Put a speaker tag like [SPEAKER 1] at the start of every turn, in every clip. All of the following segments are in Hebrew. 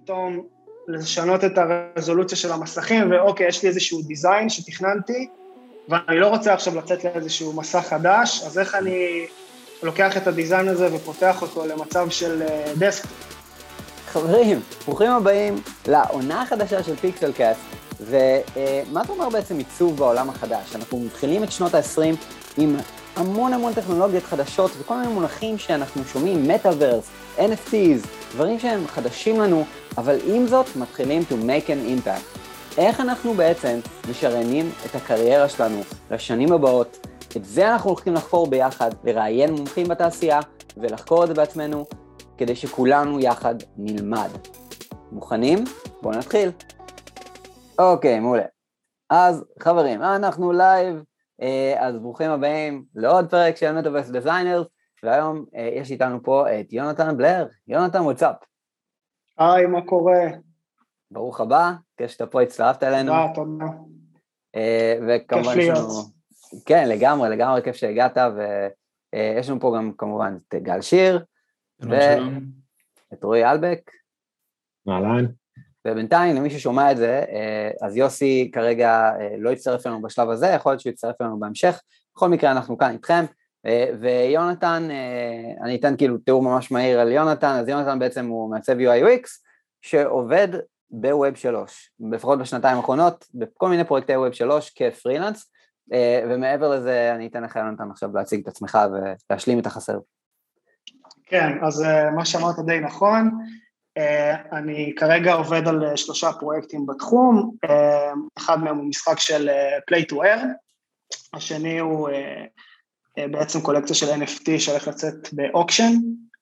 [SPEAKER 1] פתאום לשנות את הרזולוציה של המסכים, ואוקיי, יש לי איזשהו דיזיין שתכננתי, ואני לא רוצה עכשיו לצאת לאיזשהו מסך חדש, אז איך אני לוקח את הדיזיין הזה ופותח אותו למצב של דסקטופ?
[SPEAKER 2] חברים, ברוכים הבאים לעונה החדשה של פיקסלקאסט, ומה אתה אומר בעצם עיצוב בעולם החדש? אנחנו מתחילים את שנות ה-20 עם המון טכנולוגיות חדשות, וכל מיני מונחים שאנחנו שומעים, מטאברס, NFTs, דברים שהם חדשים לנו, אבל עם זאת מתחילים to make an impact. איך אנחנו בעצם משריינים את הקריירה שלנו לשנים הבאות? את זה אנחנו הולכים לחקור ביחד, לראיין מומחים בתעשייה ולחקור את זה בעצמנו, כדי שכולנו יחד נלמד. מוכנים? בואו נתחיל. אוקיי, מעולה. אז חברים, אנחנו לייב, אז ברוכים הבאים לעוד פרק של מטאברס דיזיינרס, והיום יש איתנו פה את יונתן בלר. יונתן, what's up?
[SPEAKER 1] היי, מה קורה?
[SPEAKER 2] ברוך הבא, כיף שאתה פה הצטרפת אלינו.
[SPEAKER 1] תודה.
[SPEAKER 2] וכמובן
[SPEAKER 1] כיף להיות.
[SPEAKER 2] כן, לגמרי כיף שהגעת, ויש לנו פה גם כמובן את גל שיר, ואת רועי אלבק.
[SPEAKER 3] אהלן.
[SPEAKER 2] ובינתיים, למי ששומע את זה, אז יוסי כרגע לא יצטרף לנו בשלב הזה, יכול להיות שהוא יצטרף לנו בהמשך, בכל מקרה אנחנו כאן איתכם, ויונתן, אני אתן כאילו תיאור ממש מהיר על יונתן, אז יונתן בעצם הוא מעצב UI UX, שעובד בווב 3, לפחות בשנתיים האחרונות, בכל מיני פרויקטי ווב 3 כפרילנס, ומעבר לזה אני אתן לך יונתן עכשיו להציג את עצמך ולהשלים את החסר.
[SPEAKER 1] כן, אז מה שאמרת די נכון, אני כרגע עובד על 3 פרויקטים בתחום, אחד מהם הוא משחק של Play to Earn, השני הוא בעצם קולקציה של NFT שהולך לצאת באוקשן,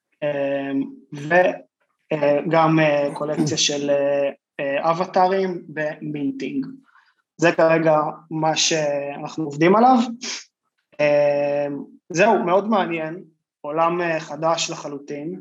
[SPEAKER 1] וגם קולקציה של אבטרים במינטינג. זה כרגע מה שאנחנו עובדים עליו. זהו, מאוד מעניין, עולם חדש לחלוטין,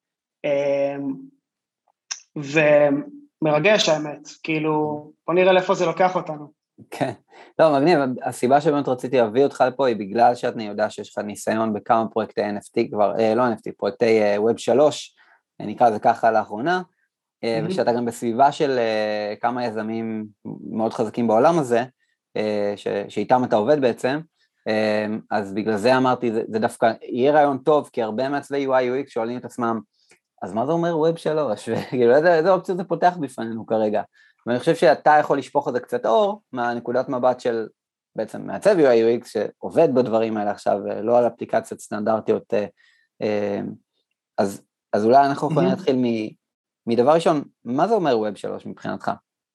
[SPEAKER 1] ומרגש האמת, כאילו, בוא נראה לאיפה זה לוקח אותנו.
[SPEAKER 2] כן, לא, מגניב, הסיבה שבאמת רציתי להביא אותך לפה היא בגלל שאני יודע שיש לך ניסיון בכמה פרויקטי NFT כבר, לא NFT, פרויקטי ווב 3, נקרא זה ככה לאחרונה, ושאתה גם בסביבה של כמה יזמים מאוד חזקים בעולם הזה, שאיתם אתה עובד בעצם, אז בגלל זה אמרתי, זה דווקא יהיה רעיון טוב, כי הרבה מעצבי UI UX שואלים את עצמם, אז מה זה אומר ווב 3? וכאילו, איזה אופציות זה פותח בפנינו כרגע? ואני חושב שאתה יכול לשפוך את זה קצת אור, מהנקודת מבט של בעצם מעצב UI UX, שעובד בדברים האלה עכשיו, לא על אפליקציות סטנדרטיות, אז אולי אנחנו יכולים להתחיל מדבר ראשון, מה זה אומר ווב 3 מבחינתך?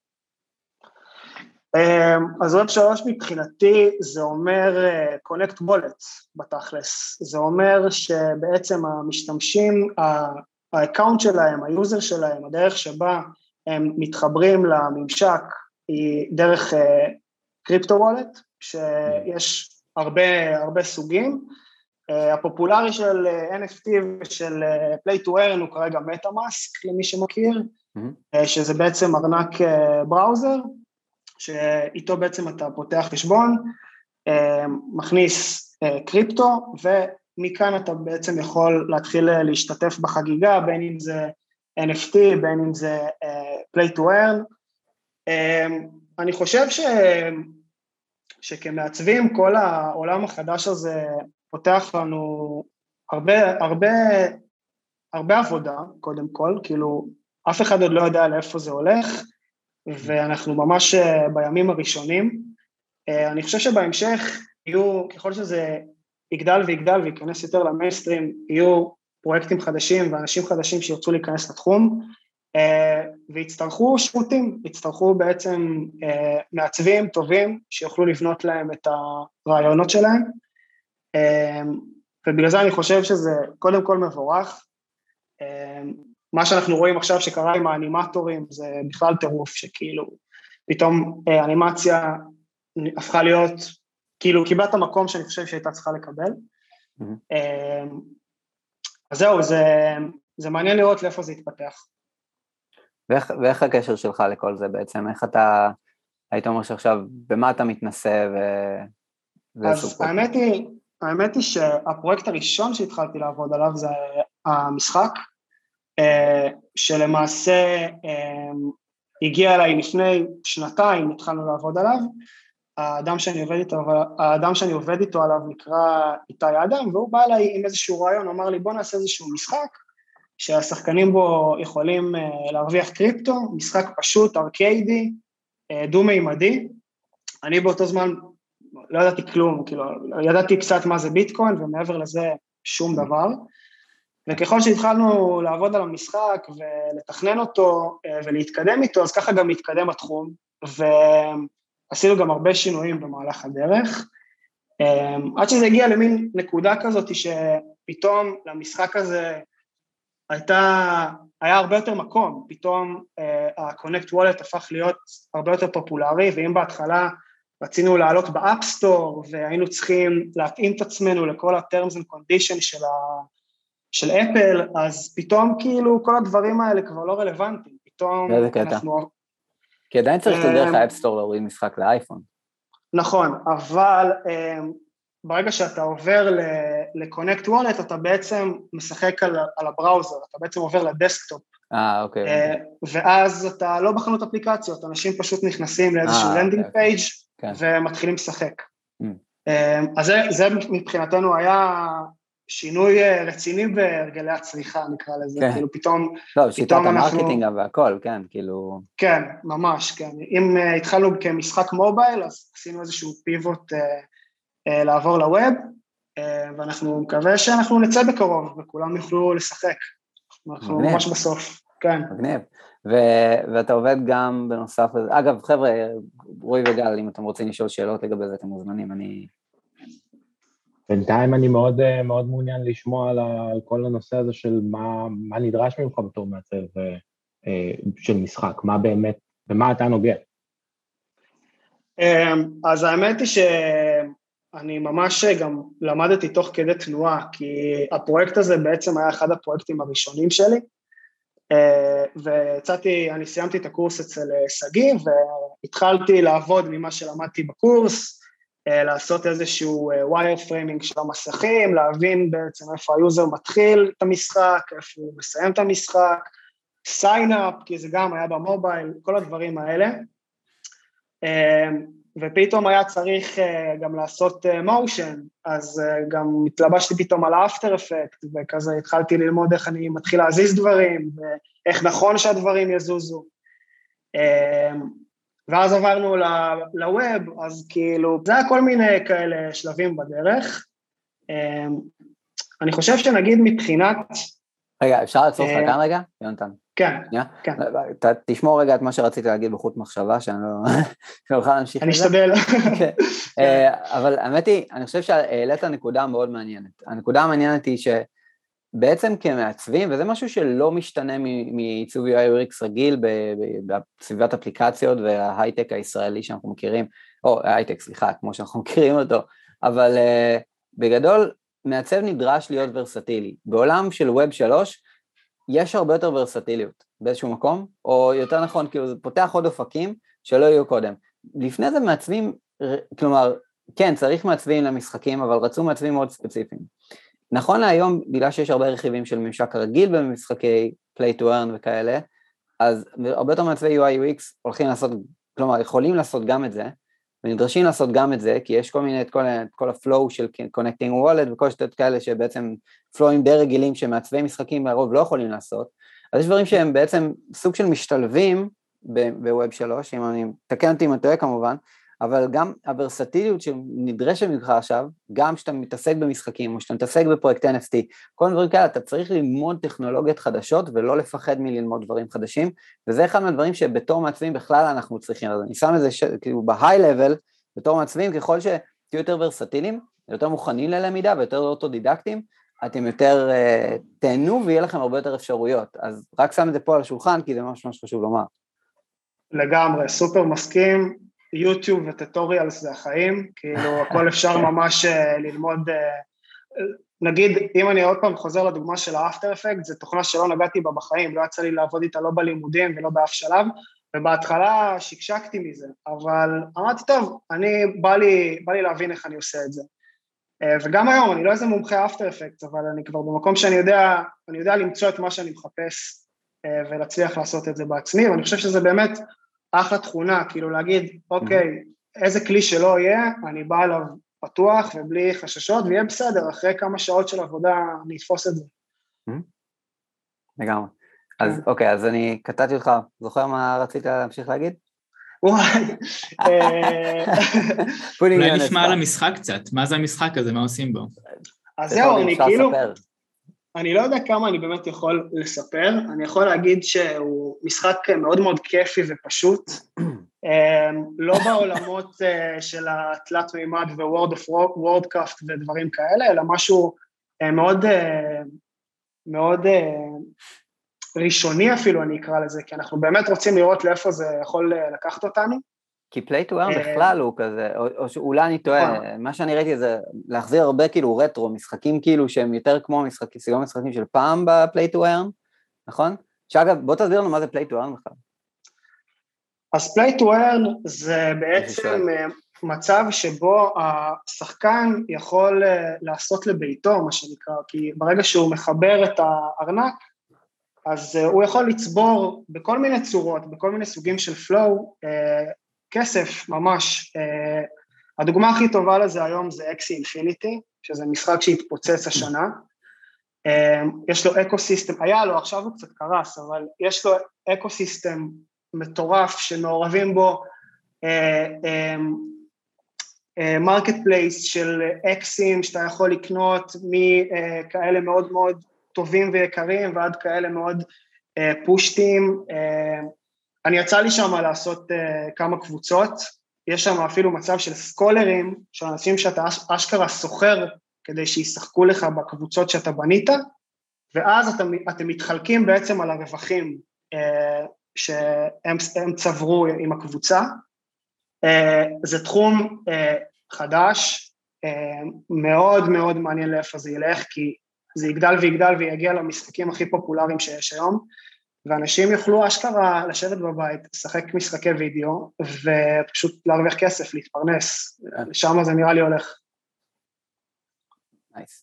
[SPEAKER 1] אז ווב 3 מבחינתי זה אומר connect wallets בתכלס, זה אומר שבעצם המשתמשים, האקאונט שלהם, היוזר שלהם, הדרך שבה הם מתחברים לממשק היא דרך קריפטו וולט, שיש הרבה סוגים, הפופולרי של NFT ושל Play to Earn הוא כרגע MetaMask, למי שמכיר, שזה בעצם ארנק בראוזר, שאיתו בעצם אתה פותח חשבון, מכניס קריפטו, ומכאן אתה בעצם יכול להתחיל להשתתף בחגיגה, בין אם זה NFT, בין אם זה Play to Earn. אני חושב שכמעצבים כל העולם החדש הזה פותח לנו הרבה עבודה, קודם כל, כאילו אף אחד עוד לא יודע לאיפה זה הולך, ואנחנו ממש בימים הראשונים. אני חושב שבהמשך יהיו, ככל שזה יגדל ויגדל וייכנס יותר למיינסטרים, יהיו פרויקטים חדשים ואנשים חדשים שירצו להיכנס לתחום, ויצטרכו שירותים, יצטרכו בעצם מעצבים טובים שיוכלו לבנות להם את הרעיונות שלהם, ובגלל זה אני חושב שזה קודם כל מבורך. מה שאנחנו רואים עכשיו שקרה עם האנימטורים זה בכלל טירוף, שכאילו פתאום אנימציה הפכה להיות, כאילו קיבלה את המקום שאני חושב שהייתה צריכה לקבל. אז זהו, זה מעניין לראות לאיפה זה יתפתח.
[SPEAKER 2] ואיך הקשר שלך לכל זה בעצם? איך אתה, היית אומר שעכשיו, במה אתה מתנסה
[SPEAKER 1] אז האמת היא שהפרויקט הראשון שהתחלתי לעבוד עליו זה המשחק, שלמעשה הגיע אליי לפני שנתיים, התחלנו לעבוד עליו, האדם שאני עובד איתו עליו נקרא איתי אדם, והוא בא אליי עם איזשהו רעיון, אמר לי בוא נעשה איזשהו משחק, שהשחקנים בו יכולים להרוויח קריפטו, משחק פשוט, ארקיידי, דו-מימדי. אני באותו זמן לא ידעתי כלום, כאילו, ידעתי קצת מה זה ביטקוין, ומעבר לזה שום דבר, וככל שהתחלנו לעבוד על המשחק, ולתכנן אותו, ולהתקדם איתו, אז ככה גם להתקדם התחום, ועשינו גם הרבה שינויים במהלך הדרך, עד שזה הגיע למין נקודה כזאת, שפתאום למשחק הזה היה הרבה יותר מקום, פתאום ה-Connect Wallet הפך להיות הרבה יותר פופולרי, ואם בהתחלה רצינו לעלות באפסטור, והיינו צריכים להתאים את עצמנו לכל ה-Terms and Conditions של אפל, אז פתאום כאילו כל הדברים האלה כבר לא רלוונטיים, פתאום אנחנו...
[SPEAKER 2] כי עדיין צריך דרך האפסטור להוריד משחק לאייפון.
[SPEAKER 1] נכון, אבל ברגע שאתה עובר ל-Connect Wallet, אתה בעצם משחק על הבראוזר, אתה בעצם עובר לדסקטופ.
[SPEAKER 2] אוקיי.
[SPEAKER 1] ואז אתה לא בחנות אפליקציות, אנשים פשוט נכנסים לאיזשהו לנדינג פייג' ומתחילים לשחק. אז זה מבחינתנו היה שינוי רציני בהרגלי הצריכה, נקרא לזה, כאילו פתאום...
[SPEAKER 2] לא, שיטת המרקטינג והכל, כן, כאילו...
[SPEAKER 1] כן, ממש, כן. אם התחלנו כמשחק מובייל, אז עשינו איזשהו פיבוט לעבור לווב, ואנחנו מקווה שאנחנו נצא בקרוב, וכולם יוכלו לשחק. אנחנו ממש בסוף, כן.
[SPEAKER 2] מגניב. ואתה עובד גם בנוסף, אגב, חבר'ה, רועי וגל, אם אתם רוצים לשאול שאלות לגבי זה, אתם מוזמנים,
[SPEAKER 3] בינתיים אני מאוד מעוניין לשמוע על כל הנושא הזה של מה נדרש ממך בתור מעצב של משחק, מה באמת, ומה אתה נוגע?
[SPEAKER 1] אז האמת היא שאני ממש גם למדתי תוך כדי תנועה, כי הפרויקט הזה בעצם היה אחד הפרויקטים הראשונים שלי, אני סיימתי את הקורס אצל סגי, והתחלתי לעבוד ממה שלמדתי בקורס, לעשות איזשהו wire framing של המסכים, להבין בעצם איפה היוזר מתחיל את המשחק, איפה הוא מסיים את המשחק, sign up, כי זה גם היה במובייל, כל הדברים האלה, ופתאום היה צריך גם לעשות motion, אז גם התלבשתי פתאום על האפטר אפקט, וכזה התחלתי ללמוד איך אני מתחיל להזיז דברים, ואיך נכון שהדברים יזוזו, ואז עברנו לווב, אז כאילו, זה היה כל מיני כאלה שלבים בדרך. אני חושב שנגיד מבחינת...
[SPEAKER 2] רגע, אפשר לעצור לך כאן רגע, יונתן?
[SPEAKER 1] כן, כן.
[SPEAKER 2] תשמור רגע את מה שרציתי להגיד בחוט מחשבה, שאני לא אוכל להמשיך
[SPEAKER 1] אני אשתדל.
[SPEAKER 2] אבל האמת היא, אני חושב שהעלית נקודה מאוד מעניינת. הנקודה המעניינת היא בעצם כמעצבים, וזה משהו שלא משתנה מעיצוב UI UX רגיל בסביבת אפליקציות וההייטק הישראלי שאנחנו מכירים, או ההייטק, סליחה, כמו שאנחנו מכירים אותו, אבל בגדול מעצב נדרש להיות ורסטילי. בעולם של ווב 3 יש הרבה יותר ורסטיליות באיזשהו מקום, או יותר נכון, כאילו זה פותח עוד אופקים שלא יהיו קודם. לפני זה מעצבים, כלומר, כן, צריך מעצבים למשחקים, אבל רצו מעצבים מאוד ספציפיים. נכון להיום, בגלל שיש הרבה רכיבים של ממשק הרגיל במשחקי play to earn וכאלה, אז הרבה יותר מעצבי UI UX הולכים לעשות, כלומר, יכולים לעשות גם את זה, ונדרשים לעשות גם את זה, כי יש כל מיני, את כל הפלואו של connecting wallet, וכל שתות כאלה שבעצם פלואים די רגילים שמעצבי משחקים לרוב לא יכולים לעשות, אז יש דברים שהם בעצם סוג של משתלבים בווב 3, אם אני מתקן אותי אם אני טועה כמובן, אבל גם הוורסטיליות שנדרשת ממך עכשיו, גם שאתה מתעסק במשחקים, או שאתה מתעסק בפרויקט NFT, כל דברים כאלה, אתה צריך ללמוד טכנולוגיות חדשות, ולא לפחד מללמוד דברים חדשים, וזה אחד מהדברים שבתור מעצבים בכלל אנחנו צריכים, אז אני שם את זה כאילו בהיי לבל, בתור מעצבים, ככל שתהיו יותר ורסטיליים, יותר מוכנים ללמידה, ויותר אוטודידקטיים, אתם יותר תהנו, ויהיה לכם הרבה יותר אפשרויות, אז רק שם את זה פה על השולחן, כי זה ממש ממש חשוב לומר.
[SPEAKER 1] לגמרי, סופר מסכים, יוטיוב וטוטוריאלס זה החיים, כאילו הכל אפשר ממש ללמוד, נגיד אם אני עוד פעם חוזר לדוגמה של האפטר אפקט, זו תוכנה שלא נגעתי בה בחיים, לא יצא לי לעבוד איתה לא בלימודים ולא באף שלב, ובהתחלה שקשקתי מזה, אבל אמרתי טוב, בא לי להבין איך אני עושה את זה, וגם היום אני לא איזה מומחה אפטר אפקט, אבל אני כבר במקום שאני יודע למצוא את מה שאני מחפש, ולהצליח לעשות את זה בעצמי, ואני חושב שזה באמת אחלה תכונה, כאילו להגיד, אוקיי, איזה כלי שלא יהיה, אני בא אליו פתוח ובלי חששות, ויהיה בסדר, אחרי כמה שעות של עבודה אני אתפוס את זה.
[SPEAKER 2] לגמרי. אז אוקיי, אז אני קטעתי אותך, זוכר מה רצית להמשיך להגיד?
[SPEAKER 1] וואי.
[SPEAKER 4] אולי נשמע על המשחק קצת, מה זה המשחק הזה, מה עושים בו?
[SPEAKER 1] אז זהו, אני כאילו, אני לא יודע כמה אני באמת יכול לספר, אני יכול להגיד שהוא משחק מאוד מאוד כיפי ופשוט, לא בעולמות של התלת מימד וורד אוף וורדקראפט ודברים כאלה, אלא משהו מאוד, מאוד ראשוני אפילו אני אקרא לזה, כי אנחנו באמת רוצים לראות לאיפה זה יכול לקחת אותנו. כי
[SPEAKER 2] פליי טו ארן בכלל הוא כזה, או שאולי אני טועה, מה שאני ראיתי זה להחזיר הרבה כאילו רטרו, משחקים כאילו שהם יותר כמו סגנון משחקים של פעם בפליי טו ארן, נכון? שאגב, בוא תסביר לנו מה זה פליי טו ארן בכלל.
[SPEAKER 1] אז פליי טו ארן זה בעצם מצב שבו השחקן יכול לעשות לביתו, מה שנקרא, כי ברגע שהוא מחבר את הארנק, אז הוא יכול לצבור בכל מיני צורות, בכל מיני סוגים של פלואו, כסף ממש. הדוגמה הכי טובה לזה היום זה אקסי אינפיניטי, שזה משחק שהתפוצץ השנה. יש לו אקוסיסטם, היה לו, עכשיו הוא קצת קרס, אבל יש לו אקוסיסטם מטורף שמעורבים בו מרקט פלייס של אקסים שאתה יכול לקנות מכאלה מאוד מאוד טובים ויקרים ועד כאלה מאוד פושטים. אני יצא לי שם לעשות כמה קבוצות, יש שם אפילו מצב של סקולרים, של אנשים שאתה אשכרה סוחר כדי שישחקו לך בקבוצות שאתה בנית, ואז אתם מתחלקים בעצם על הרווחים שהם צברו עם הקבוצה. זה תחום חדש, מאוד מאוד מעניין לאיפה זה ילך, כי זה יגדל ויגדל ויגיע למשחקים הכי פופולריים שיש היום, ואנשים יוכלו אשכרה לשבת בבית, לשחק משחקי וידאו, ופשוט להרוויח כסף, להתפרנס. שם זה נראה לי הולך.
[SPEAKER 2] נייס.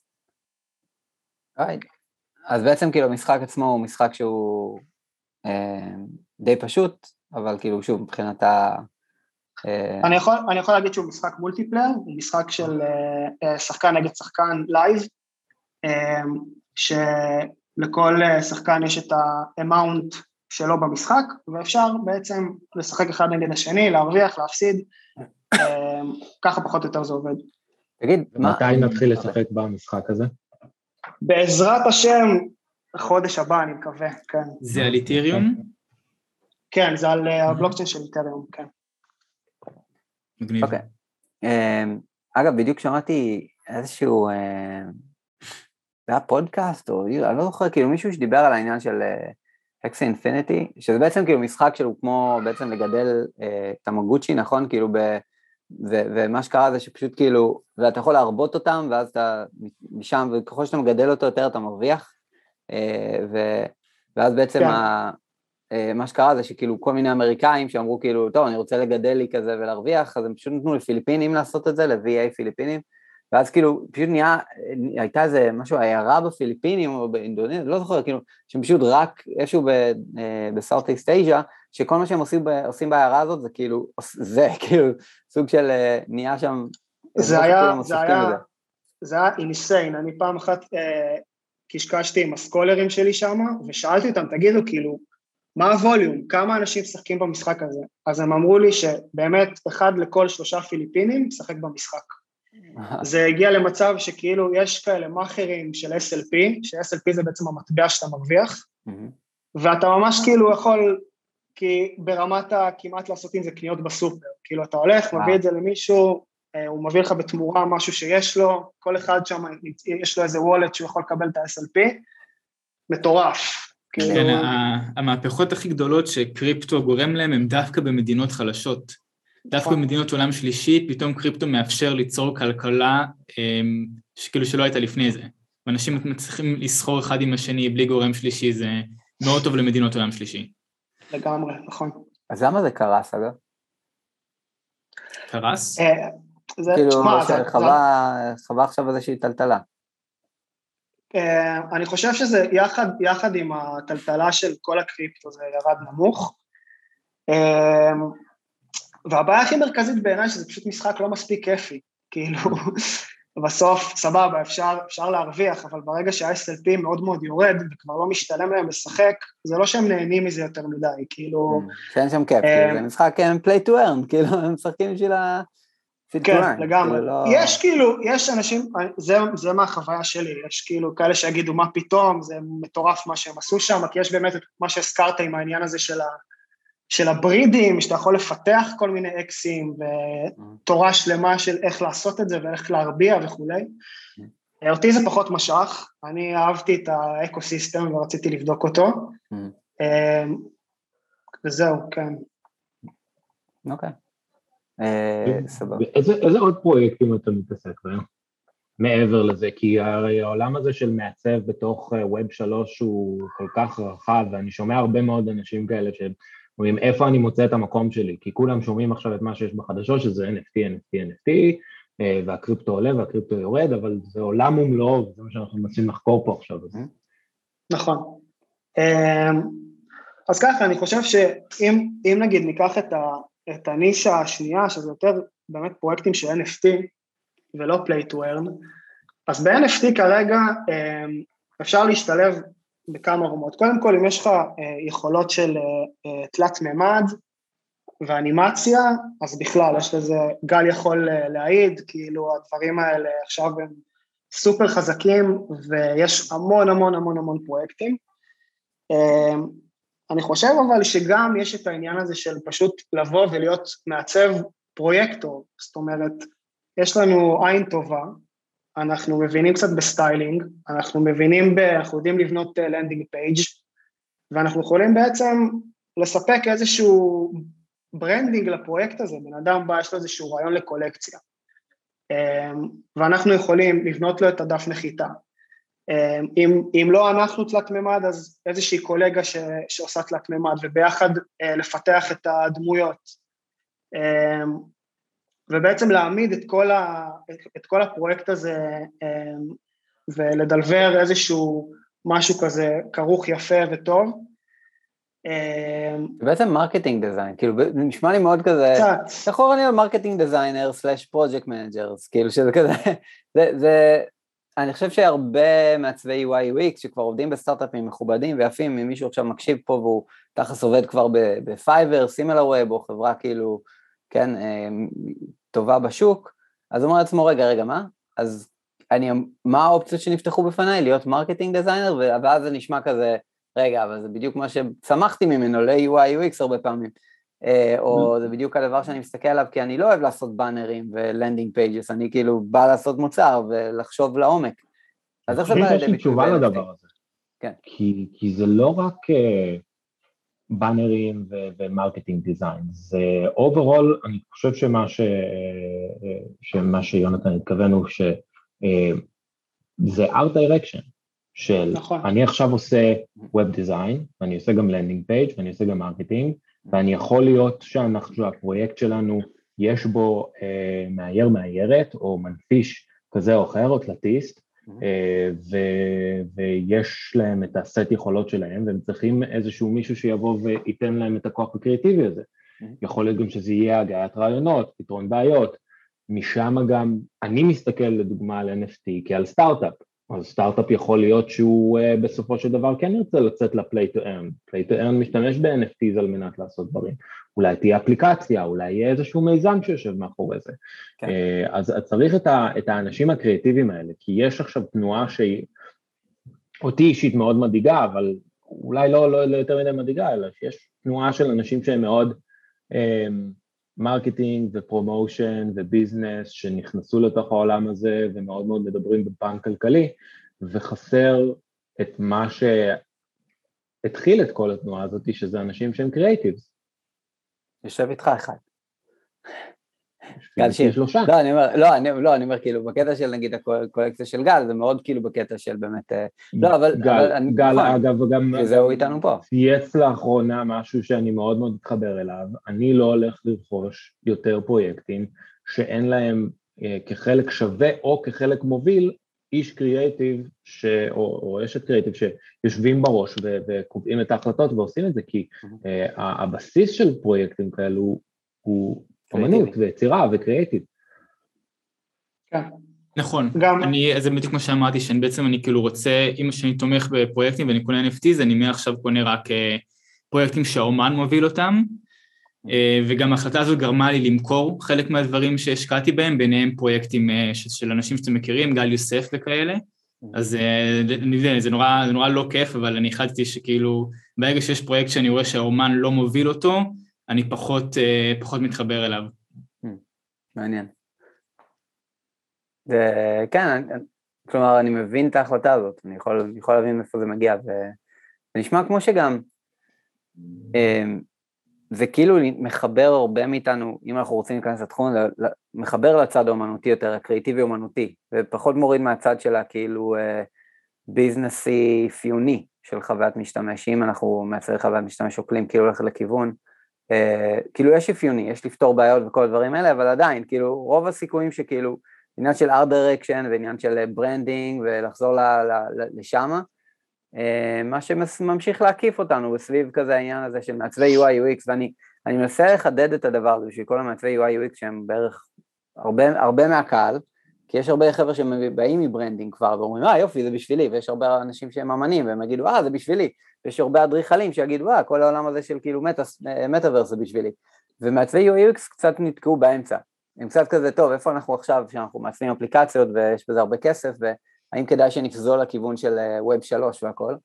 [SPEAKER 2] אז בעצם כאילו המשחק עצמו הוא משחק שהוא די פשוט, אבל כאילו שוב מבחינת
[SPEAKER 1] אני יכול להגיד שהוא משחק מולטיפלייר, הוא משחק של שחקן נגד שחקן לייב, שלכל שחקן יש את האמאונט שלו במשחק, ואפשר בעצם לשחק אחד נגד השני, להרוויח, להפסיד, ככה פחות או יותר זה עובד.
[SPEAKER 2] תגיד,
[SPEAKER 3] מתי נתחיל לשחק במשחק הזה?
[SPEAKER 1] בעזרת השם, החודש הבא אני מקווה, כן.
[SPEAKER 4] זה על איתריום?
[SPEAKER 1] כן, זה על הבלוקצ'יין של איתריום, כן.
[SPEAKER 4] מגניב.
[SPEAKER 2] אוקיי. אגב, בדיוק שמעתי איזשהו, זה היה פודקאסט, או אני לא זוכר, כאילו מישהו שדיבר על העניין של אקסי אינפיניטי, שזה בעצם כאילו משחק שהוא כמו בעצם לגדל תמגוצ'י, נכון? כאילו ומה שקרה זה שפשוט כאילו, ואתה יכול להרבות אותם, ואז אתה משם, וככל שאתה מגדל אותו יותר אתה מרוויח, ואז בעצם מה שקרה זה שכאילו כל מיני אמריקאים שאמרו כאילו, טוב, אני רוצה לגדל לי כזה ולהרוויח, אז הם פשוט נתנו לפיליפינים לעשות את זה, ל-VA פיליפינים, ואז כאילו פשוט הייתה איזה משהו, העיירה בפיליפינים או באינדונזיה, לא זוכר, כאילו, שהם פשוט רק איזשהו בסאוט איסט אייז'ה, שכל מה שהם עושים בעיירה הזאת זה כאילו, זה כאילו סוג של נהיה שם,
[SPEAKER 1] זה היה אינסיין, אני פעם אחת קשקשתי עם הסקולרים שלי שם, ושאלתי אותם, תגידו כאילו, מה הווליום, כמה אנשים משחקים במשחק הזה? אז הם אמרו לי שבאמת אחד לכל 3 פיליפינים משחק במשחק. זה הגיע למצב שכאילו יש כאלה מאחרים של SLP, ש-SLP זה בעצם המטבע שאתה מרוויח, ואתה ממש כאילו יכול, כי ברמת כמעט לעשות עם זה קניות בסופר, כאילו אתה הולך, מביא את זה למישהו, הוא מביא לך בתמורה משהו שיש לו, כל אחד שם יש לו איזה וולט שהוא יכול לקבל את ה-SLP, מטורף.
[SPEAKER 4] כן, המהפכות הכי גדולות שקריפטו גורם להם הם דווקא במדינות חלשות. דווקא במדינות עולם שלישי, פתאום קריפטו מאפשר ליצור כלכלה שכאילו שלא הייתה לפני זה. ואנשים מצליחים לסחור אחד עם השני בלי גורם שלישי, זה מאוד טוב למדינות עולם שלישי.
[SPEAKER 1] לגמרי, נכון.
[SPEAKER 2] אז למה זה קרס, אגב?
[SPEAKER 4] קרס?
[SPEAKER 2] כאילו, חווה עכשיו איזושהי טלטלה.
[SPEAKER 1] אני חושב שזה יחד עם הטלטלה של כל הקריפטו, זה ירד נמוך, והבעיה הכי מרכזית בעיניי שזה פשוט משחק לא מספיק כיפי, כאילו בסוף סבבה, אפשר להרוויח, אבל ברגע שה-SLP מאוד מאוד יורד, וכבר לא משתלם להם לשחק, זה לא שהם נהנים מזה יותר מדי, כאילו...
[SPEAKER 2] שאין שם כיף, זה משחק play to earn, כאילו הם משחקים בשביל
[SPEAKER 1] כן, לגמרי. יש כאילו, יש אנשים, זה מהחוויה שלי, יש כאילו כאלה שיגידו מה פתאום, זה מטורף מה שהם עשו שם, כי יש באמת את מה שהזכרת עם העניין הזה של הברידים, שאתה יכול לפתח כל מיני אקסים, ותורה שלמה של איך לעשות את זה, ואיך להרביע וכולי. אותי זה פחות משך, אני אהבתי את האקוסיסטם ורציתי לבדוק אותו, וזהו, כן.
[SPEAKER 2] אוקיי.
[SPEAKER 3] איזה עוד פרויקטים אתה מתעסק בהם? מעבר לזה, כי הרי העולם הזה של מעצב בתוך ווב 3 הוא כל כך רחב, ואני שומע הרבה מאוד אנשים כאלה שאומרים, איפה אני מוצא את המקום שלי? כי כולם שומעים עכשיו את מה שיש בחדשות, שזה NFT, והקריפטו עולה והקריפטו יורד, אבל זה עולם ומלואו, וזה מה שאנחנו מנסים לחקור פה עכשיו.
[SPEAKER 1] נכון. אז ככה, אני חושב שאם נגיד ניקח את הנישה השנייה, שזה יותר באמת פרויקטים של NFT, ולא play to earn, אז ב-NFT כרגע אפשר להשתלב בכמה רמות. קודם כל, אם יש לך יכולות של תלת ממד ואנימציה, אז בכלל, יש לזה, גל יכול להעיד, כאילו הדברים האלה עכשיו הם סופר חזקים, ויש המון פרויקטים. אני חושב אבל שגם יש את העניין הזה של פשוט לבוא ולהיות מעצב פרויקטור, זאת אומרת, יש לנו עין טובה, אנחנו מבינים קצת בסטיילינג, אנחנו יודעים לבנות לנדינג פייג', ואנחנו יכולים בעצם לספק איזשהו ברנדינג לפרויקט הזה, בן אדם בא, יש לו איזשהו רעיון לקולקציה, ואנחנו יכולים לבנות לו את הדף נחיתה, אם לא אנחנו תלת ממד, אז איזושהי קולגה שעושה תלת ממד, וביחד לפתח את הדמויות, ובעצם להעמיד את כל הפרויקט הזה, ולדלבר איזשהו משהו כזה כרוך יפה וטוב.
[SPEAKER 2] בעצם מרקטינג דיזיין, כאילו נשמע לי מאוד כזה, יכול אני על מרקטינג דיזיינר / פרויקט מנג'רס, כאילו שזה כזה, אני חושב שהרבה מעצבי UI UX שכבר עובדים בסטארט-אפים מכובדים ויפים, אם מישהו עכשיו מקשיב פה והוא תכלס עובד כבר בפייבר, סימילרווב או חברה כאילו, כן, טובה בשוק, אז הוא אומר לעצמו, רגע, מה? אז מה האופציות שנפתחו בפניי? להיות מרקטינג דיזיינר, ואז זה נשמע כזה, רגע, אבל זה בדיוק מה שצמחתי ממנו, ל-UI UX הרבה פעמים, או זה בדיוק הדבר שאני מסתכל עליו, כי אני לא אוהב לעשות באנרים ולנדינג פייג'ס, אני כאילו בא לעשות מוצר ולחשוב לעומק. אז איך זה בא לידי ביטוי?
[SPEAKER 3] יש לי תשובה לדבר הזה.
[SPEAKER 2] כן. כי
[SPEAKER 3] זה לא רק באנרים ומרקטינג דיזיין, זה אוברול, אני חושב שמה שיונתן התכוון הוא שזה art direction, של אני עכשיו עושה web design, ואני עושה גם landing page, ואני עושה גם מרקטינג, ואני יכול להיות שהפרויקט שלנו יש בו מאיירת, או מנפיש כזה או אחר, או תלתיסט, ויש להם את הסט יכולות שלהם, והם צריכים איזשהו מישהו שיבוא וייתן להם את הכוח הקריאטיבי הזה. יכול להיות גם שזה יהיה הגעת רעיונות, פתרון בעיות, משם גם, אני מסתכל לדוגמה על NFT כעל סטארט-אפ, אז סטארט-אפ יכול להיות שהוא בסופו של דבר כן ירצה לצאת ל-play to earn. play to earn משתמש ב-NFTs על מנת לעשות דברים. אולי תהיה אפליקציה, אולי יהיה איזשהו מיזם שיושב מאחורי זה. כן. אז צריך את האנשים הקריאטיביים האלה, כי יש עכשיו תנועה שהיא, אותי אישית מאוד מדאיגה, אבל אולי לא יותר מדי מדאיגה, אלא שיש תנועה של אנשים שהם מאוד מרקטינג ופרומושן וביזנס שנכנסו לתוך העולם הזה ומאוד מאוד מדברים בפן כלכלי, וחסר את מה שהתחיל את כל התנועה הזאת, שזה אנשים שהם קריאטיבס.
[SPEAKER 2] יושב איתך אחד. גל שיר. לא, אני אומר כאילו, בקטע של נגיד הקולקציה של גל, זה מאוד כאילו בקטע של באמת, לא, אבל...
[SPEAKER 3] גל, אגב, גם...
[SPEAKER 2] זהו איתנו פה.
[SPEAKER 3] צייץ לאחרונה משהו שאני מאוד מאוד מתחבר אליו, אני לא הולך לרכוש יותר פרויקטים, שאין להם כחלק שווה או כחלק מוביל, איש קריאטיב, או אשת קריאטיב, שיושבים בראש וקובעים את ההחלטות ועושים את זה, כי הבסיס של פרויקטים כאלו הוא אמנות ויצירה וקריאטיב.
[SPEAKER 1] כן.
[SPEAKER 4] נכון, זה בדיוק כמו שאמרתי, אני כאילו רוצה, אם שאני תומך בפרויקטים ואני קונה NFTs, אני מעכשיו קונה רק פרויקטים שהאומן מוביל אותם, וגם ההחלטה הזו גרמה לי למכור חלק מהדברים שהשקעתי בהם, ביניהם פרויקטים של אנשים שאתם מכירים, גל יוסף וכאלה, אז זה נורא לא כיף, אבל אני החלטתי שכאילו, ברגע שיש פרויקט שאני רואה שהאומן לא מוביל אותו, אני פחות מתחבר אליו.
[SPEAKER 2] מעניין. כן, כלומר, אני מבין את ההחלטה הזאת, אני יכול להבין איפה זה מגיע, ונשמע כמו שגם, זה כאילו מחבר הרבה מאיתנו, אם אנחנו רוצים להיכנס לתחום, מחבר לצד האומנותי יותר, הקריאטיבי אומנותי, ופחות מוריד מהצד שלה כאילו ביזנסי פיוני של חוויית משתמש, אם אנחנו מייצרי חוויית משתמש שוקלים, כאילו הולך לכיוון, כאילו יש אפיוני, יש לפתור בעיות וכל הדברים האלה, אבל עדיין, כאילו רוב הסיכויים שכאילו, עניין של art direction ועניין של ברנדינג ולחזור לשמה, מה שממשיך להקיף אותנו בסביב כזה העניין הזה של מעצבי UI UX, ואני מנסה לחדד את הדבר הזה בשביל כל המעצבי UI UX שהם בערך הרבה מהקהל, כי יש הרבה חבר'ה שבאים מברנדינג כבר ואומרים, יופי, זה בשבילי, ויש הרבה אנשים שהם אמנים והם יגידו, זה בשבילי, ויש הרבה אדריכלים שיגידו, כל העולם הזה של כאילו מטאברס זה בשבילי, ומעצבי UI UX קצת נתקעו באמצע, הם קצת כזה טוב, איפה אנחנו עכשיו, שאנחנו מעצבים אפליקציות ויש בזה הרבה כסף, והאם כדאי שנפזול לכיוון של Web 3 והכל,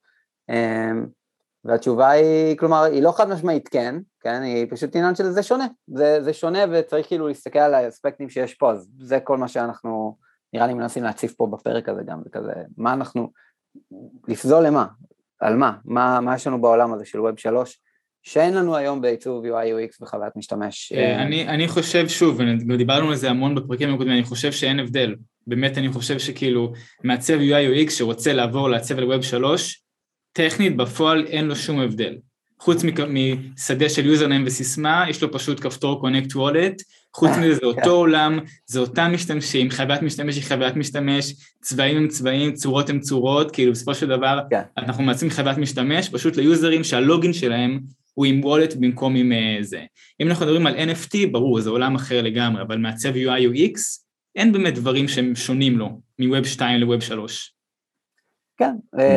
[SPEAKER 2] והתשובה היא, כלומר, היא לא חד משמעית כן, היא פשוט עניין של זה שונה, זה שונה וצריך כאילו להסתכל על האספקטים שיש פה, אז זה כל מה שאנחנו, נראה לי מנסים להציף פה בפרק הזה גם, וכזה, מה אנחנו, לפזול למה, על מה יש לנו בעולם הזה של Web 3, שאין לנו היום בעיצוב UI UX וחוויית משתמש.
[SPEAKER 4] אני חושב, שוב, דיברנו על זה המון בפרקים הקודמים, אני חושב שאין הבדל, באמת אני חושב שכאילו מעצב UI UX שרוצה לעבור לעצב על Web 3, טכנית בפועל אין לו שום הבדל. חוץ משדה של יוזרניים וסיסמה, יש לו פשוט כפתור Connect Wallet, חוץ מזה זה אותו עולם, זה אותם משתמשים, חוויית משתמש היא חוויית משתמש, צבעים הם צבעים, צורות הם צורות, כאילו בסופו של דבר אנחנו מעצבים חוויית משתמש, פשוט ליוזרים שהלוגין שלהם הוא עם וולט במקום עם זה. אם אנחנו מדברים על NFT, ברור, זה עולם אחר לגמרי, אבל מעצב UI UX, אין באמת דברים שהם שונים לו, מווב 2 לווב 3.
[SPEAKER 2] כן.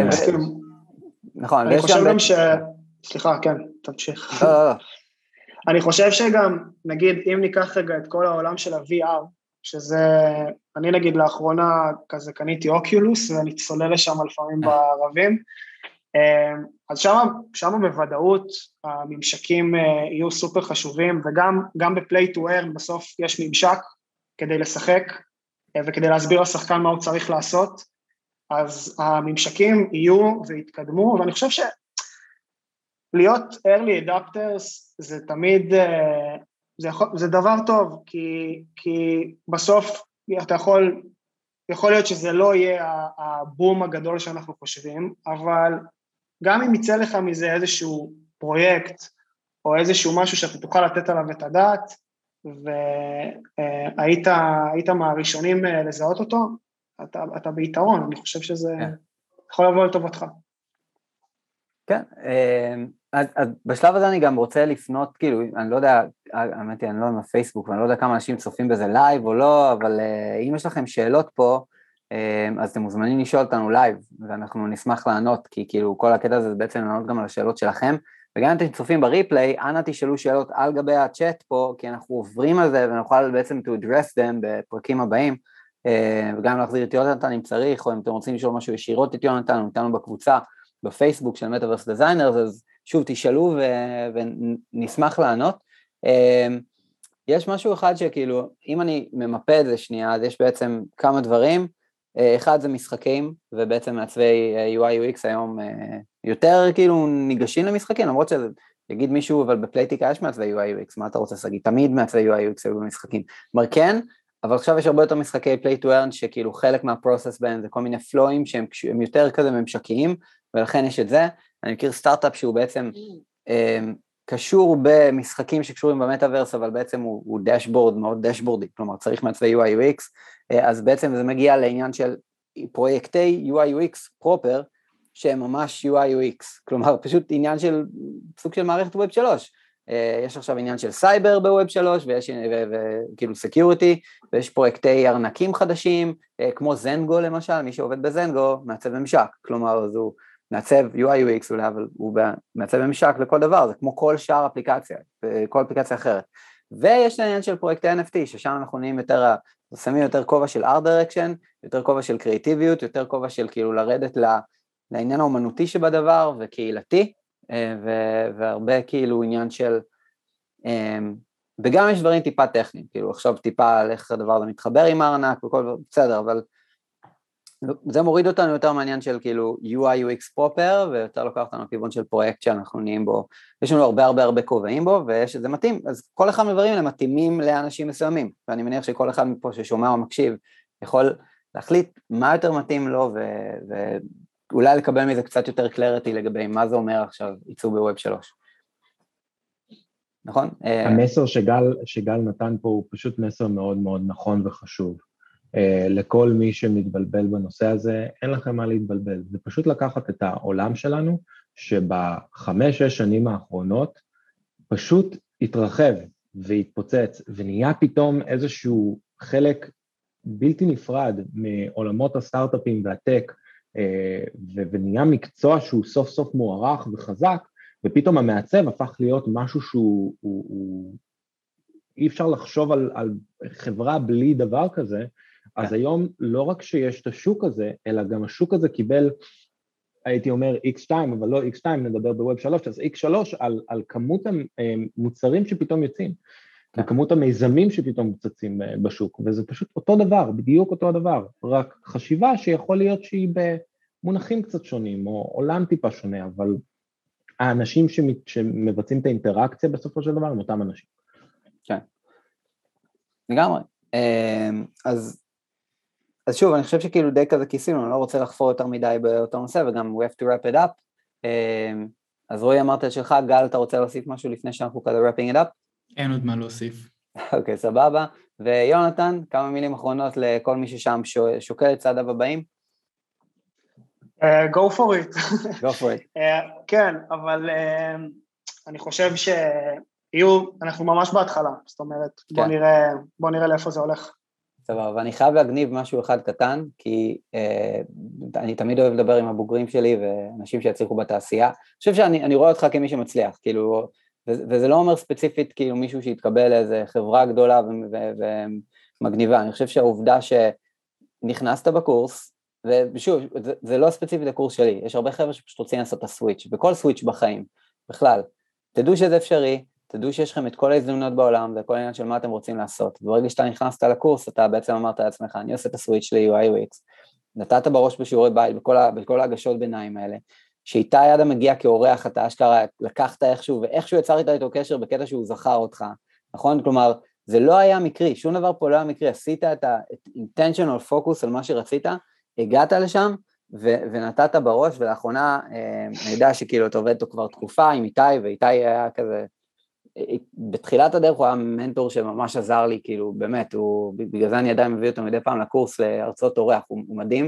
[SPEAKER 2] נכון.
[SPEAKER 1] אני חושב גם סליחה, כן, תמשיך. אני חושב שגם, נגיד, אם ניקח רגע את כל העולם של ה-VR, שזה, אני נגיד לאחרונה כזה קניתי אוקיולוס, ואני צולל לשם לפעמים בערבים, אז שם בוודאות הממשקים יהיו סופר חשובים, וגם בפליי טו ארן בסוף יש ממשק כדי לשחק, וכדי להסביר לשחקן מה הוא צריך לעשות, אז הממשקים יהיו והתקדמו, ואני חושב להיות early adapters זה תמיד, זה דבר טוב, כי בסוף אתה יכול להיות שזה לא יהיה הבום הגדול שאנחנו חושבים, אבל גם אם יצא לך מזה איזשהו פרויקט, או איזשהו משהו שאתה תוכל לתת עליו את הדעת, והיית מהראשונים לזהות אותו, אתה ביתרון, אני חושב שזה יכול לבוא לטובתך.
[SPEAKER 2] כן, אז בשלב הזה אני גם רוצה לפנות, כאילו, אני לא יודע, האמת היא, אני לא יודע בפייסבוק, ואני לא יודע כמה אנשים צופים בזה לייב או לא, אבל אם יש לכם שאלות פה, אז אתם מוזמנים לשאול אותנו לייב, ואנחנו נשמח לענות, כי כאילו כל הקטע הזה זה בעצם לענות גם על השאלות שלכם, וגם אם אתם צופים בריפליי, אנא תשאלו שאלות על גבי הצ'אט פה, כי אנחנו עוברים על זה, ונוכל בעצם to address them בפרקים הבאים, וגם להחזיר את יונתן אם צריך, או אם אתם רוצים לשאול משהו ישירות את יונתן, או איתנו בקבוצה, בפייסבוק של Metaverse Designers, אז שוב תשאלו ונשמח לענות. יש משהו אחד שכאילו, אם אני ממפה את זה שנייה, אז יש בעצם כמה דברים, אחד זה משחקים, ובעצם מעצבי UI UX היום יותר כאילו ניגשים למשחקים, למרות שזה יגיד מישהו, אבל בפלייטיקה יש מעצבי UI UX, מה אתה רוצה להגיד? תמיד מעצבי UI UX היו במשחקים. כלומר כן, אבל עכשיו יש הרבה יותר משחקי play to earn, שכאילו חלק מהפרוסס בהם זה כל מיני פלואים שהם יותר כזה ממשקיים, ולכן יש את זה. אני מכיר סטארט-אפ שהוא בעצם קשור במשחקים שקשורים במטאברס, אבל בעצם הוא דשבורד, מאוד דשבורדי, כלומר צריך מעצבי UI UX, אז בעצם זה מגיע לעניין של פרויקטי UI/UX פרופר, שהם ממש UI/UX, כלומר פשוט עניין של סוג של מערכת ווב 3, יש עכשיו עניין של סייבר בווב 3, ויש כאילו סקיוריטי, ויש פרויקטי ארנקים חדשים, כמו זנגו למשל, מי שעובד בזנגו מעצב ממשק, כלומר אז הוא מעצב UI/UX אולי, אבל הוא מעצב ממשק לכל דבר, זה כמו כל שאר אפליקציה, כל אפליקציה אחרת. ויש העניין של פרויקטי NFT, ששם אנחנו נהיים יותר, שמים יותר כובע של art direction, יותר כובע של קריאטיביות, יותר כובע של כאילו לרדת לעניין האומנותי שבדבר וקהילתי, והרבה כאילו עניין של, וגם יש דברים טיפה טכניים, כאילו עכשיו טיפה על איך הדבר הזה מתחבר עם הארנק וכל, בסדר, אבל זה מוריד אותנו יותר מעניין של כאילו UI/UX פרופר, ויותר לוקח אותנו כיוון של פרויקט שאנחנו נהיים בו, יש לנו הרבה כובעים בו, וזה מתאים, אז כל אחד מדברים הם מתאימים לאנשים מסוימים, ואני מניח שכל אחד מפה ששומע או מקשיב, יכול להחליט מה יותר מתאים לו, ואולי לקבל מזה קצת יותר קלריטי לגבי מה זה אומר עכשיו עיצוב בווב 3. נכון?
[SPEAKER 3] המסר שגל נתן פה הוא פשוט מסר מאוד מאוד נכון וחשוב. לכל מי שמתבלבל בנושא הזה, אין לכם מה להתבלבל. זה פשוט לקחת את העולם שלנו, שב5-6 שנים האחרונות, פשוט התרחב והתפוצץ, ונהיה פתאום איזשהו חלק בלתי נפרד מעולמות הסטארט-אפים והטק, ונהיה מקצוע שהוא סוף סוף מוערך וחזק, ופתאום המעצב הפך להיות משהו שהוא אי אפשר לחשוב על חברה בלי דבר כזה, אז היום לא רק שיש את השוק הזה, אלא גם השוק הזה קיבל, הייתי אומר X2, אבל לא X2, נדבר בווב 3, אז X3 על כמות המוצרים שפתאום יוצאים, וכמות המיזמים שפתאום מוצצים בשוק, וזה פשוט אותו דבר, בדיוק אותו הדבר, רק חשיבה שיכול להיות שהיא במונחים קצת שונים, או עולם טיפה שונה, אבל האנשים שמבצעים את האינטראקציה בסופו של דבר הם אותם אנשים.
[SPEAKER 2] כן, לגמרי. אז שוב, אני חושב שכאילו די כזה כיסינו, אני לא רוצה לחפור יותר מדי באותו נושא, וגם we have to wrap it up. אז רועי אמרת שלך, גל, אתה רוצה להוסיף משהו לפני שאנחנו כזה wrapping it up?
[SPEAKER 4] אין עוד מה להוסיף.
[SPEAKER 2] אוקיי, סבבה. ויונתן, כמה מילים אחרונות לכל מי ששם שוקל את צעדיו הבאים?
[SPEAKER 1] Go for it.
[SPEAKER 2] Go for it.
[SPEAKER 1] כן, אבל אני חושב אנחנו ממש בהתחלה, זאת אומרת, בוא נראה לאיפה זה הולך.
[SPEAKER 2] סבבה, ואני חייב להגניב משהו אחד קטן, כי אני תמיד אוהב לדבר עם הבוגרים שלי ואנשים שיצליחו בתעשייה. אני חושב שאני רואה אותך כמי שמצליח, כאילו, וזה לא אומר ספציפית כאילו מישהו שהתקבל לאיזה חברה גדולה ומגניבה. אני חושב שהעובדה שנכנסת בקורס, ושוב, זה לא ספציפית הקורס שלי, יש הרבה חבר'ה שפשוט רוצים לעשות את הסוויץ', וכל סוויץ' בחיים, בכלל, תדעו שזה אפשרי, תדעו שיש לכם את כל ההזדמנויות בעולם, וכל העניין של מה אתם רוצים לעשות, וברגע שאתה נכנסת לקורס, אתה בעצם אמרת לעצמך, אני עושה את הסוויץ' ל-UI/UX, נתת בראש בשיעורי בית, בכל ההגשות ביניים האלה, שאיתה ידה מגיע כאורח, אתה אשכרה לקחת איכשהו, ואיכשהו יצר איתו קשר בקטע שהוא זכר אותך, נכון? כלומר, זה לא היה מקרי, שום דבר פה לא היה מקרי, עשית את ה-intentional focus על מה שרצית, הגעת לשם, ונתת בראש, ולאחרונה, אני יודע שכאילו אתה עובד אותו כבר תקופה עם איתי, ואיתי היה כזה, בתחילת הדרך הוא היה מנטור שממש עזר לי, כאילו באמת, בגלל זה אני עדיין מביא אותו מדי פעם לקורס להרצאות אורח, הוא מדהים,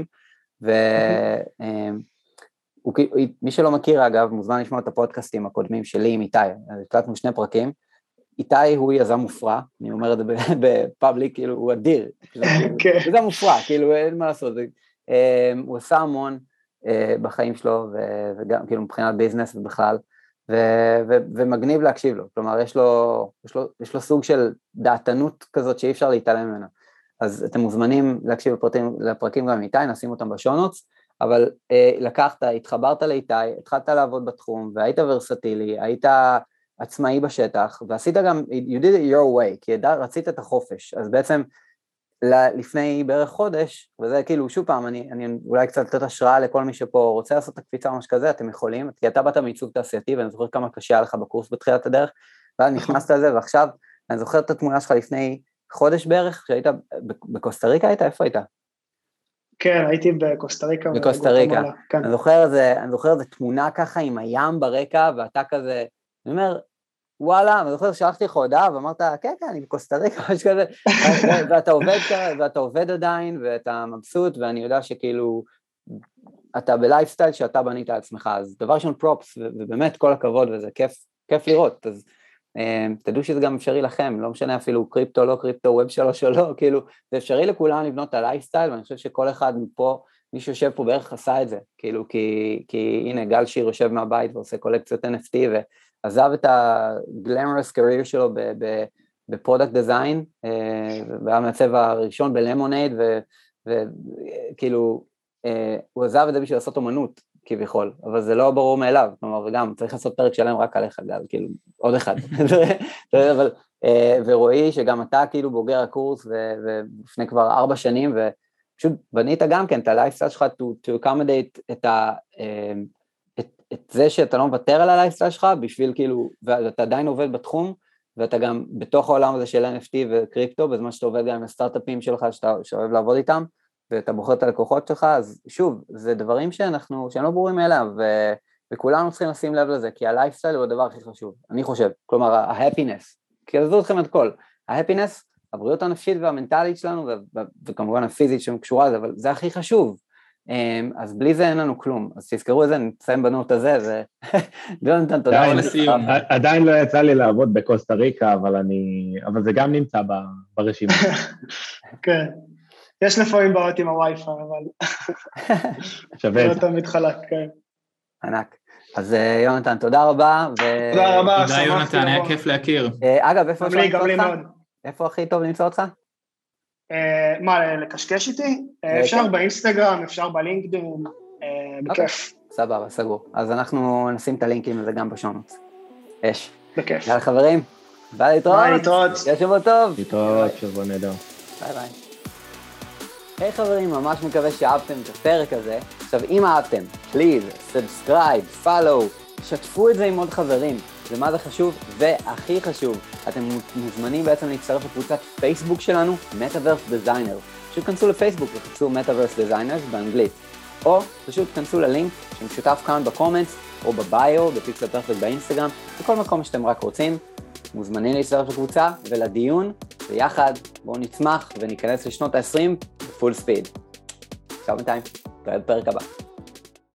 [SPEAKER 2] ומי שלא מכיר אגב, מוזמן לשמוע את הפודקאסטים הקודמים שלי עם איתי, אז הקלטנו 2 פרקים, איתי הוא יזם מופרע, אני אומר את זה בפאבליק, כאילו הוא אדיר, יזם מופרע, כאילו אין מה לעשות, הוא עשה המון בחיים שלו, וגם כאילו מבחינת ביזנס ובכלל, ומגניב להקשיב לו, כלומר יש לו סוג של דעתנות כזאת שאי אפשר להתעלם ממנה, אז אתם מוזמנים להקשיב לפרקים גם עם איתי, נשים אותם בשונוטס, אבל לקחת, התחברת לאיתי, התחלת לעבוד בתחום, והיית ורסטילי, היית עצמאי בשטח, ועשית גם, you did it your way, כי רצית את החופש, אז בעצם לפני בערך חודש, וזה כאילו שוב פעם, אני אולי קצת לתת השראה לכל מי שפה רוצה לעשות את הקפיצה ממש כזה, אתם יכולים, כי אתה באת מעיצוב תעשייתי, ואני זוכר כמה קשה היה לך בקורס בתחילת הדרך, ואז נכנסת לזה, ועכשיו אני זוכר את התמונה שלך לפני חודש בערך, כשהיית בקוסטה ריקה, איפה היית?
[SPEAKER 1] כן, הייתי בקוסטה ריקה.
[SPEAKER 2] בקוסטה ריקה, אני זוכר איזה תמונה ככה עם הים ברקע, ואתה כזה, אני אומר, וואלה, אני זוכר שלחתי לך הודעה, ואמרת, כן, אני בקוסטה ריקה, משהו כזה, ואתה עובד עדיין, ואתה מבסוט, ואני יודע שכאילו, אתה בלייפסטייל שאתה בנית לעצמך, אז דבר ראשון פרופס, ובאמת כל הכבוד, וזה כיף לראות, אז תדעו שזה גם אפשרי לכם, לא משנה אפילו קריפטו, לא קריפטו, ווב 3 או לא, כאילו, זה אפשרי לכולם לבנות את הלייפסטייל, ואני חושב שכל אחד מפה, מי שיושב פה בערך עשה את זה, כאילו, כי הנה, גל שיר יושב מהבית ועושה קולקציות NFT, ועזב את הגלמרס קרייר שלו בפרודקט דיזיין, והיה מהצב הראשון בלמונייד, וכאילו, הוא עזב את זה בשביל לעשות אומנות, כביכול, אבל זה לא ברור מאליו, כלומר, וגם צריך לעשות פרק שלם רק עליך, גל, כאילו, עוד אחד, ורואי שגם אתה כאילו בוגר הקורס, ולפני כבר 4 שנים, ופשוט בנית גם כן את הלייפסטייל שלך, to accommodate את זה שאתה לא מוותר על הלייפסטייל שלך, בשביל כאילו, ואתה עדיין עובד בתחום, ואתה גם בתוך העולם הזה של NFT וקריפטו, בזמן שאתה עובד גם עם הסטארט-אפים שלך, שאתה אוהב לעבוד איתם, ואתה בוחר את הלקוחות שלך, אז שוב, זה דברים שהם לא ברורים מאליו, וכולנו צריכים לשים לב לזה, כי הלייפסטייל הוא הדבר הכי חשוב, אני חושב, כלומר, ההפינס, כי עזבו אתכם את כל, ההפינס, הבריאות הנפשית והמנטלית שלנו, וכמובן הפיזית שקשורה לזה, אבל זה הכי חשוב, אז בלי זה אין לנו כלום, אז תזכרו את זה, נסיים בנוט הזה, ויונתן, תודה רבה.
[SPEAKER 3] עדיין לא יצא לי לעבוד בקוסטה ריקה, אבל זה גם נמצא ברשימה.
[SPEAKER 1] כן. יש לפעמים בעיות עם הווי-פיי, אבל
[SPEAKER 3] שווה.
[SPEAKER 1] לא תמיד חלק, כן.
[SPEAKER 2] ענק. אז יונתן, תודה רבה.
[SPEAKER 1] תודה רבה.
[SPEAKER 4] תודה יונתן, היה כיף להכיר.
[SPEAKER 2] אגב, איפה אפשר למצוא אותך?
[SPEAKER 1] מאוד.
[SPEAKER 2] איפה הכי טוב למצוא אותך?
[SPEAKER 1] מה, לקשקש איתי? אפשר באינסטגרם, אפשר בלינקדאין, בכיף.
[SPEAKER 2] סבבה, סגור. אז אנחנו נשים את הלינקים לזה גם בשונות. יש.
[SPEAKER 1] בכיף.
[SPEAKER 2] יאללה חברים, ביי להתראות.
[SPEAKER 1] ביי להתראות.
[SPEAKER 2] יש שבוע טוב.
[SPEAKER 3] להתראות, שבוע נהדר.
[SPEAKER 2] ביי ביי. היי חברים, ממש מקווה שאהבתם את הפרק הזה. עכשיו, אם אהבתם, please, subscribe, follow, שתפו את זה עם עוד חברים. זה מה זה חשוב, והכי חשוב, אתם מוזמנים בעצם להצטרף לקבוצת פייסבוק שלנו, Metaverse Designer. פשוט כנסו לפייסבוק וחפשו Metaverse Designers באנגלית. או פשוט כנסו ללינק שמשותף כאן בקומנטס, או בביו, בפיקסל פרפקט באינסטגרם, בכל מקום שאתם רק רוצים. מוזמנים להצטרף לקבוצה ולדיון, ויחד בואו נצמח וניכנס לשנות ה-20 בפול ספיד. עכשיו בינתיים, נתראה בפרק הבא.